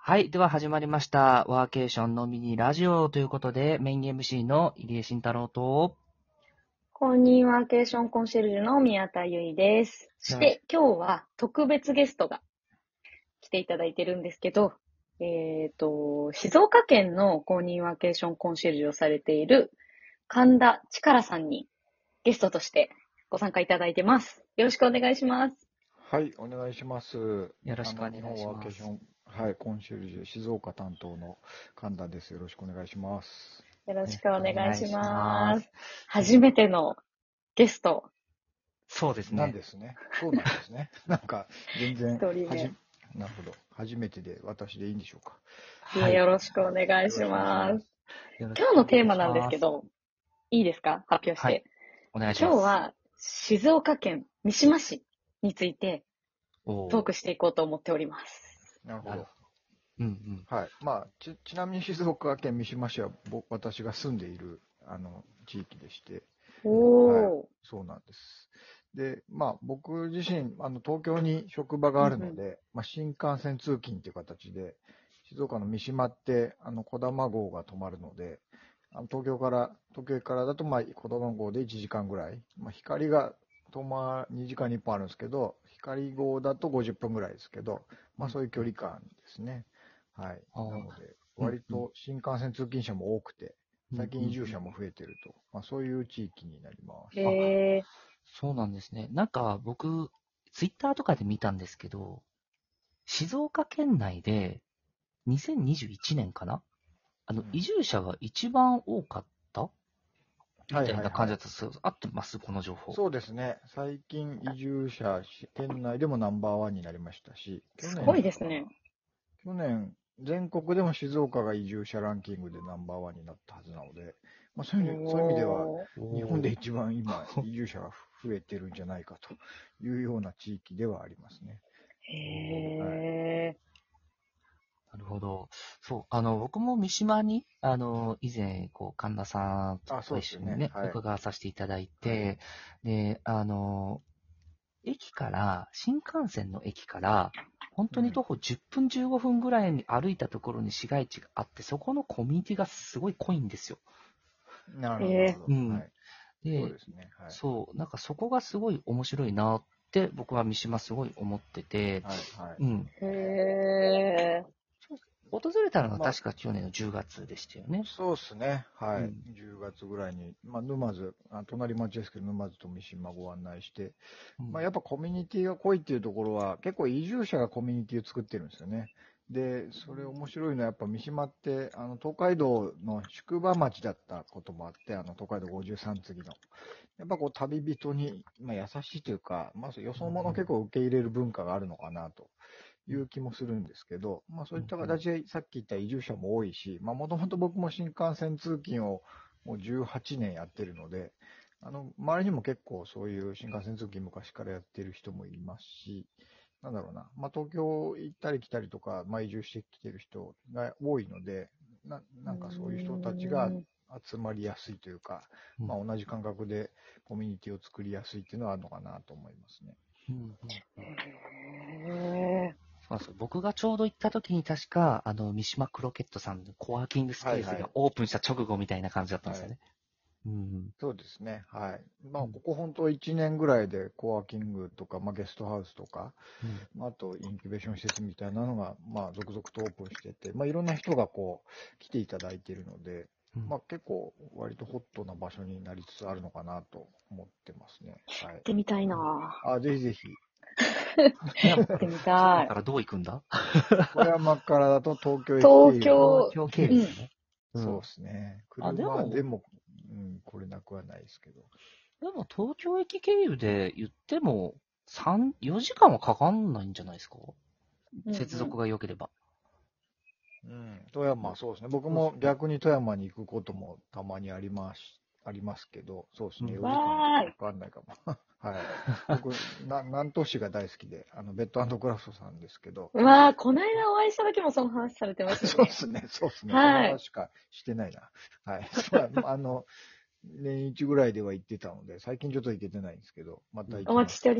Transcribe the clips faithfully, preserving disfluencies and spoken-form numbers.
はい。では始まりました。ワーケーションのミニラジオということで、メイン エムシー の入江慎太郎と、 公認ワーケーションコンシェルジュの宮田由衣です。そして今日は特別ゲストが来ていただいてるんですけど、えっと、静岡県の公認ワーケーションコンシェルジュをされている神田力さんにゲストとしてご参加いただいてます。よろしくお願いします。 はい、お願いします。 よろしくお願いします。 あの、日本ワーケーション、はい、コンシェルジュ、静岡担当の神田です。よろしくお願いします。 よろしくお願いします。 す。 初めてのゲスト。 そうですね。 なんですね。そうなんですね。なんか、全然、 一人目。 なるほど。初めてで、私でいいんでしょうか。 はい、よろしくお願いします。今日のテーマなんですけど、いいですか？発表して。はい、 お願いします。 今日は静岡県三島市についてトークしていこうと思っております。 なるほど。 うんうん。 はい。まあ、ち、ちなみに静岡県三島市は僕、私が住んでいる、あの、地域でして。 おー。 はい。そうなんです。で、まあ、僕自身、あの、東京に職場があるので、うんうん、まあ、新幹線通勤という形で、静岡の三島って、あの、小玉号が止まるので、あの東京から、東京駅からだと、まあ、小玉号でいちじかんぐらい、まあ、光が止ま、にじかんにいっぽんあるんですけど、光号だとごじゅっぷんぐらいですけど、まあ、そういう距離感ですね。はい。なので、割と新幹線通勤者も多くて、最近移住者も増えてると、まあ、そういう地域になります。 へー。 そうなんですね。なんか僕、ツイッターとかで見たんですけど、静岡県内でにせんにじゅういちねんかな、あの、移住者が一番多かったみたいな感じだったんですけど、合ってますこの情報。 そうですね。最近移住者、県内でもナンバーワンになりましたし、 去年すごいですね。 去年、全国でも静岡が移住者ランキングでナンバーワンになったはずなので、まあ、そういうそういう意味では、日本で一番今、移住者が増えてるんじゃないかというような地域ではありますね。 へー。 なるほど。そう、あの、僕も三島に、あの、以前、こう、神田さんと一緒にね、ねはい、伺わさせていただいて、はい、で、あの、駅から、新幹線の駅から、本当に徒歩じゅっぷんじゅうごふんぐらいに歩いたところに市街地があって、そこのコミュニティがすごい濃いんですよ。 なるほど。えー、 うん。 はい、 で、そうですね。はい、そう、なんかそこがすごい面白いなって僕は三島すごい思ってて、はいはい、うん。 へー。 訪れたのが確か去年のじゅうがつでしたよね。まあ、そうですね。はい、うん。じゅうがつぐらいに、まあ、沼津、あ隣町ですけど、沼津と三島ご案内して、うん、まあ、やっぱコミュニティが濃いっていうところは、結構移住者がコミュニティを作ってるんですよね。で、それ面白いのは、やっぱ三島って、あの、東海道の宿場町だったこともあって、あの、東海道ごじゅうさん次の。やっぱこう、旅人に、まあ、優しいというか、まあ、よそ者を結構受け入れる文化があるのかなと。いう気もするんですけど、まあそういった形でさっき言った移住者も多いし、まあもともと僕も新幹線通勤をもうじゅうはちねんやってるので、あの、周りにも結構そういう新幹線通勤昔からやってる人もいますし、なんだろうな、まあ東京行ったり来たりとか、まあ移住してきてる人が多いので、ななんかそういう人たちが集まりやすいというか、まあ同じ感覚でコミュニティを作りやすいっていうのはあるのかなと思いますね。うんうんうん、へー。そうです。僕がちょうど行った時に確か、あの、三島クロケットさんのコワーキングスペースがオープンした直後みたいな感じだったんですよね。はいはい、うん、そうですね。はい。まあ、ここ本当いちねんぐらいでコワーキングとか、まあ、ゲストハウスとか、うん、あとインキュベーション施設みたいなのが、まあ、続々とオープンしてて、まあ、いろんな人がこう、来ていただいているので、うん、まあ、結構割とホットな場所になりつつあるのかなと思ってますね。はい。行ってみたいなぁ。あ、ぜひぜひ。 行ってみたい。富山からどう行くんだ？ 富山からだと東京駅経由。 東京経由ですね。 そうですね。車でも、うん、来れなくはないですけど。 でも東京駅経由で言っても、さん、よじかんはかかんないんじゃないですか？接続が良ければ。 うん、富山、そうですね。僕も逆に富山に行くこともたまにあります、ありますけど、そうですね。よじかんかかんないかも。はい。僕、な、南東市が大好きで、あの、ベッド&クラフトさんですけど。 うわぁ、この間お会いした時もその話されてましたね。 そうですね、そうですね。はい、その話しかしてないな。はい。あの、年一ぐらいでは行ってたので、最近ちょっと行けてないんですけど、また行きます。 お待ちしております。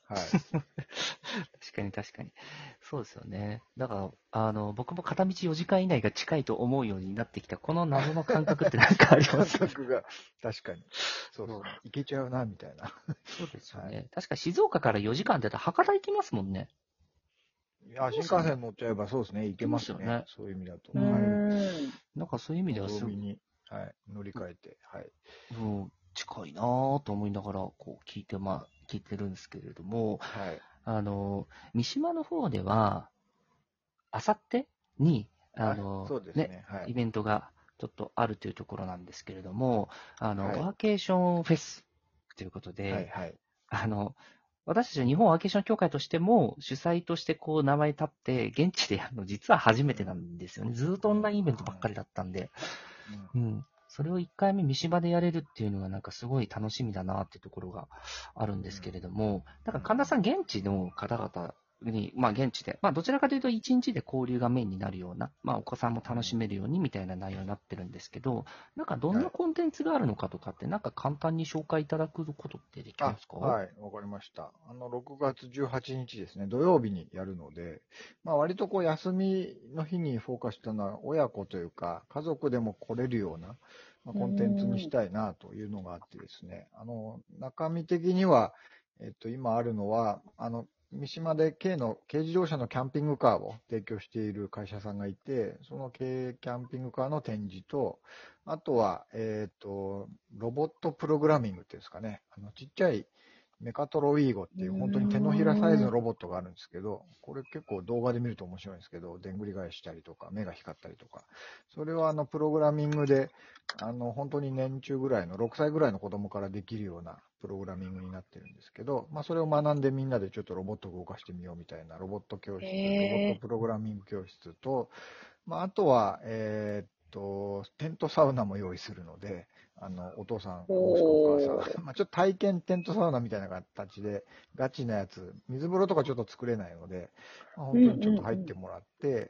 はい。 確かに確かに。そうですよね。だから、あの、僕も片道よじかん以内が近いと思うようになってきた、この謎の感覚ってなんかありま感す覚が、確かに。そうですね。いけちゃうな、みたいな。 そうですよね。 はい、 確か静岡からよじかんだったら博多行きますもんね。 いや、新幹線乗っちゃえばそうですね。行けますね。 行けますよね。 そういう意味だと。 うはい。 ーん。 なんかそういう意味ではすごい、 のぞみに、はい、乗り換えて、はい。 うん、近いなぁと思いながら、こう聞いて、まあ、聞いてるんですけれども、 はい。 あの、三島の方では、あさってに、ああ、 の、ね、 そうですね。はい。 イベントがちょっとあるというところなんですけれども、あの、 はい。 ワーケーションフェスということはい、 で、 はい。 あの、私たち日本ワーケーション協会としても、主催としてこう名前立って、現地でやるの実は初めてなんですよね。ずーっとオンラインイベントばっかりだったんで。 うん。 うん。それをいっかいめ三島でやれるっていうのはなんかすごい楽しみだなっていうところがあるんですけれども、だから神田さん現地の方々に、まあ現地で、まあどちらかというと一日で交流がメインになるような、まあお子さんも楽しめるようにみたいな内容になってるんですけど、なんかどんなはい。 コンテンツがあるのかとかってなんか簡単に紹介いただくことってできまあ、 すか？ はい、わかりました。あの、ろくがつじゅうはちにちですね、土曜日にやるので、まあ割とこう休みの日にフォーカスしたのは親子というか、家族でも来れるような、まあ、 うコンテンツにーん。 したいなというのがあってですね、あの、中身的には、えっと、今あるのは、あの、三島で軽の、軽自動車のキャンピングカーを提供している会社さんがいて、その軽キャンピングカーの展示と、あとは、えっと、ロボットプログラミングっていうんですかね、あの、ちっちゃいメカトロウィーゴっうていう本当に手のひらサイズーん。 のロボットがあるんですけど、これ結構動画で見ると面白いんですけど、でんぐり返したりとか、目が光ったりとか、それはあの、プログラミングで、あの、本当に年中ぐらいの、ろくさいぐらいの子供からできるようなプログラミングになってるんですけど、まあ、それを学んでみんなでちょっとロボットを動かしてみようみたいなロボット教室、ロボットへえ。 プログラミング教室と、まあ、あとは、えーっと、テントサウナも用意するので、あの、お父さん、もしくはお母さん、 おー。 まあ、ちょっと体験テントサウナみたいな形で、ガチなやつ、水風呂とかちょっと作れないので、まあ、 うんう本当にちょっと入っんてもらって、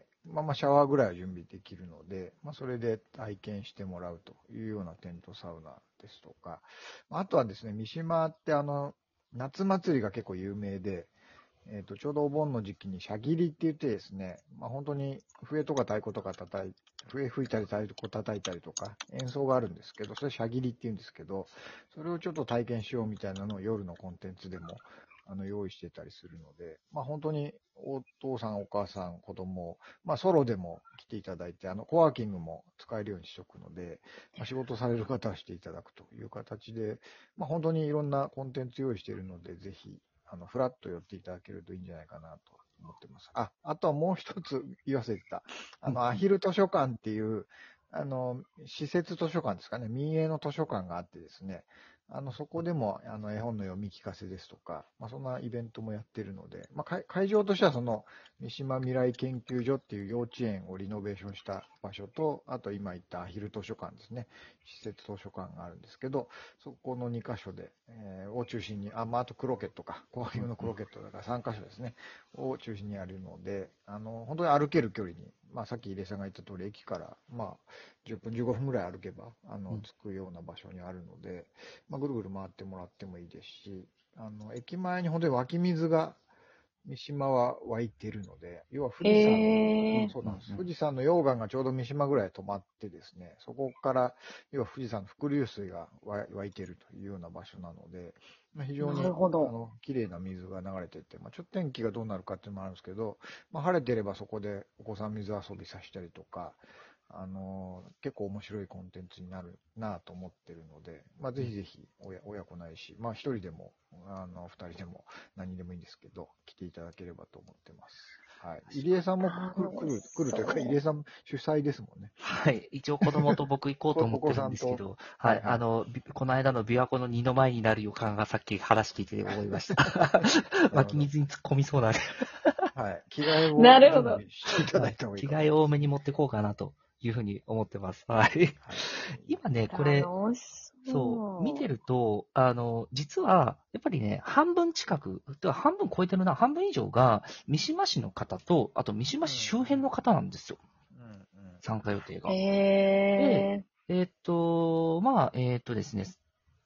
まあまあシャワーぐらいは準備できるので、まあそれで体験してもらうというようなテントサウナですとか、あとはですね、三島ってあの、夏祭りが結構有名で、えっと、ちょうどお盆の時期に、シャギリって言ってですね、まあ、本当に笛とか太鼓とか叩い、笛吹いたり太鼓叩いたりとか、演奏があるんですけど、それシャギリって言うんですけど、それをちょっと体験しようみたいなのを夜のコンテンツでも、あの、用意してたりするので、まあ、本当にお父さん、お母さん、子供、まあ、ソロでも来ていただいて、あの、コワーキングも使えるようにしとくので、まあ、仕事される方はしていただくという形で、まあ、本当にいろんなコンテンツ用意しているので、ぜひ、あの、フラッと寄っていただけるといいんじゃないかなと思ってます。あ、あとはもう一つ言わせてた。あの、アヒル図書館っていう、あの、施設図書館ですかね、民営の図書館があってですね、あの、そこでも、あの、絵本の読み聞かせですとか、まあ、そんなイベントもやってるので、まあ、会会場としてはその、三島未来研究所っていう幼稚園をリノベーションした場所と、あと今言ったアヒル図書館ですね、施設図書館があるんですけど、そこのにかしょで、えーを中心に、あ、まあ、あとクロケットか、コアリングのクロケットだからさんかしょですね、を中心にやるので、あの、本当に歩ける距離に、まあ、さっき入江さんが言った通り、駅から、まあ、じゅっぷん、じゅうごふんぐらい歩けば、あの、着くような場所にあるので、まあ、ぐるぐる回ってもらってもいいですし、あの、駅前に本当に湧き水が、三島は湧いてるので、要は富士山の、 へえ。 そうなんです。富士山の溶岩がちょうど三島ぐらい止まってですね、そこから、要は富士山の伏流水が湧いてるというような場所なので、まあ、非常なるに、 ほど。 あの、綺麗な水が流れてて、まあ、ちょっと天気がどうなるかっていうのもあるんですけど、まあ、晴れてればそこでお子さん水遊びさせたりとか、あのー結構面白いコンテンツになるなと思ってるので、まあ、ぜひぜひ親、親子ないし、まあ、一人でも、あの、二人でも、何でもいいんですけど、来ていただければと思ってます。はい。入江さんもあ来る、来る、来るというか、入江そさん主催ですもんね。 はい。一応子供と僕行こうとこお子思ってるんさんと、 ですけど、はい。 はいはい。 あの、びこの間の琵琶湖の二の舞になる予感がさっき話聞いて思いました。湧きなるほど。 水に突っ込みそうなんで、 はい。着替えう。なを準るほど。 備していたはい。 だいた方がいい着かもしれないです。 替え多めに持ってこうかなというふうに思ってます。はい。 はい。 今ね、これ、 楽しそう、見てそると、あの、実は、やっぱりね、半分近く、てか半分超えてるな、半分以上が、三島市の方と、あと三島うん。 市周辺の方なんですよ。 うん。うん。 参加予定う。へが。で、 え。 えーっと、まあ、えーっとですね、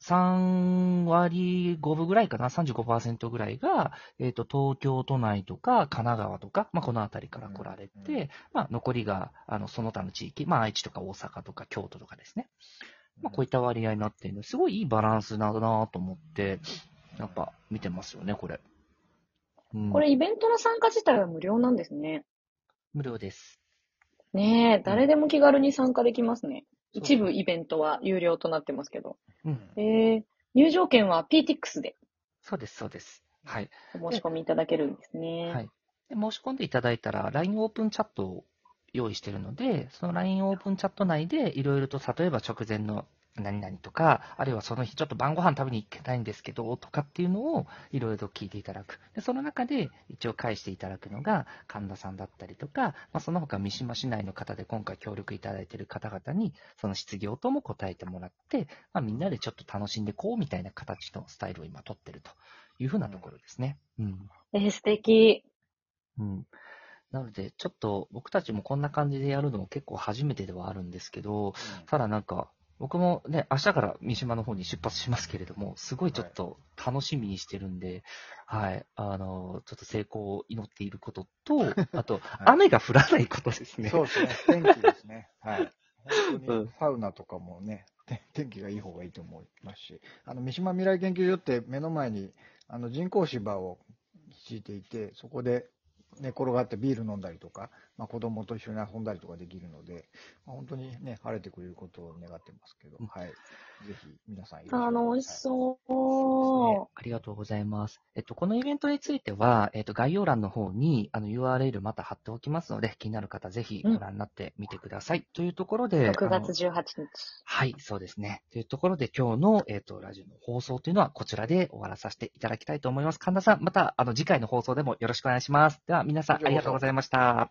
さんわりごぶぐらいかな、さんじゅうごパーセントぐらいが、えっと、東京都内とか、神奈川とか、まあ、この辺りから来られて、うんうん、まあ、残りが、あの、その他の地域、まあ、愛知とか大阪とか京都とかですね。まあ、こういった割合になっているので、すごいいいバランスだなと思って、やっぱ見てますよね、これ。 うん、これ、イベントの参加自体は無料なんですね。 無料です。 ねえ、誰でも気軽に参加できますね。うん、一部イベントは有料となってますけど。うん、えー、入場券は ピーティックス で。 そうです、そうです。はい。 お申し込みいただけるんですね。 はい。で申し込んでいただいたら、ライン オープンチャットを用意しているので、その ライン オープンチャット内で、いろいろと、例えば直前の何々とか、あるいはその日ちょっと晩ご飯食べに行けたいんですけど、とかっていうのをいろいろと聞いていただく。で、その中で一応返していただくのが神田さんだったりとか、まあ、その他三島市内の方で今回協力いただいている方々に、その質疑応答も答えてもらって、まあ、みんなでちょっと楽しんでこうみたいな形のスタイルを今取ってるというふうなところですね。うん。 えー、素敵。 うん。なので、ちょっと僕たちもこんな感じでやるのも結構初めてではあるんですけど、うん、ただなんか、僕もね、明日から三島の方に出発しますけれども、すごいちょっと楽しみにしてるんで、はい、はい、あの、ちょっと成功を祈っていることと、あと、はい、雨が降らないことですね。 そうですね、天気ですね。はい。本当にサウナとかもね、うん、天気がいい方がいいと思いますし、あの、三島未来研究所って目の前に、あの、人工芝を敷いていて、そこで、寝転がってビール飲んだりとか、まあ、子供と一緒に遊んだりとかできるので、まあ、本当にね、晴れてくれることを願ってますけど、うん、はい。ぜひ、皆さんいらっしゃい。 楽しそう。 そうですね。ありがとうございます。えっと、このイベントについては、えっと、概要欄の方に、あの、ユーアールエル また貼っておきますので、気になる方、ぜひご覧になってみてください。うん、というところで、 ろくがつじゅうはちにち。 はい、そうですね。というところで、今日の、えっと、ラジオの放送というのは、こちらで終わらさせていただきたいと思います。神田さん、また、あの、次回の放送でもよろしくお願いします。では、皆さん、ありがとうございました。